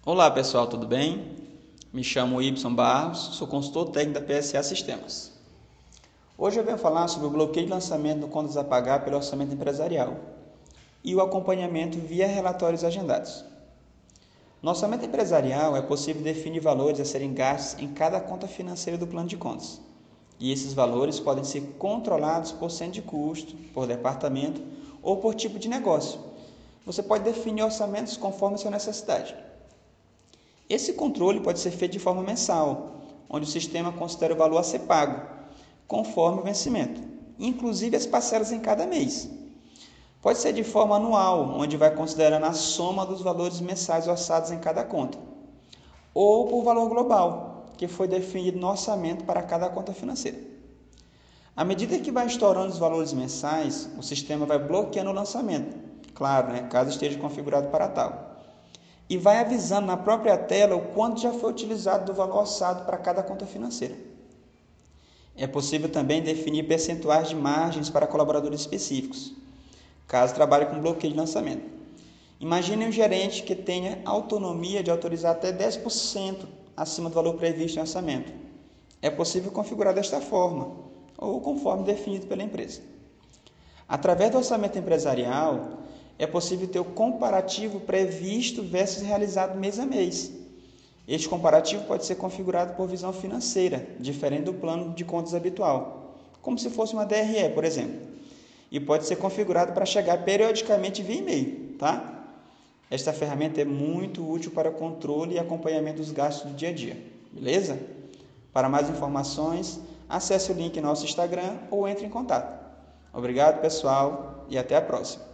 Olá pessoal, tudo bem? Me chamo Ibson Barros, sou consultor técnico da PSA Sistemas. Hoje eu venho falar sobre o bloqueio de lançamento no contas a pagar pelo orçamento empresarial e o acompanhamento via relatórios agendados. No orçamento empresarial é possível definir valores a serem gastos em cada conta financeira do plano de contas. E esses valores podem ser controlados por centro de custo, por departamento ou por tipo de negócio. Você pode definir orçamentos conforme a sua necessidade. Esse controle pode ser feito de forma mensal, onde o sistema considera o valor a ser pago, conforme o vencimento, inclusive as parcelas em cada mês. Pode ser de forma anual, onde vai considerando a soma dos valores mensais orçados em cada conta, ou por valor global, que foi definido no orçamento para cada conta financeira. À medida que vai estourando os valores mensais, o sistema vai bloqueando o lançamento, claro, caso esteja configurado para tal. E vai avisando na própria tela o quanto já foi utilizado do valor orçado para cada conta financeira. É possível também definir percentuais de margens para colaboradores específicos, caso trabalhe com bloqueio de lançamento. Imagine um gerente que tenha autonomia de autorizar até 10% acima do valor previsto em orçamento. É possível configurar desta forma, ou conforme definido pela empresa. Através do orçamento empresarial, é possível ter o comparativo previsto versus realizado mês a mês. Este comparativo pode ser configurado por visão financeira, diferente do plano de contas habitual, como se fosse uma DRE, por exemplo. E pode ser configurado para chegar periodicamente via e-mail, tá? Esta ferramenta é muito útil para controle e acompanhamento dos gastos do dia a dia, beleza? Para mais informações, acesse o link no nosso Instagram ou entre em contato. Obrigado, pessoal, e até a próxima.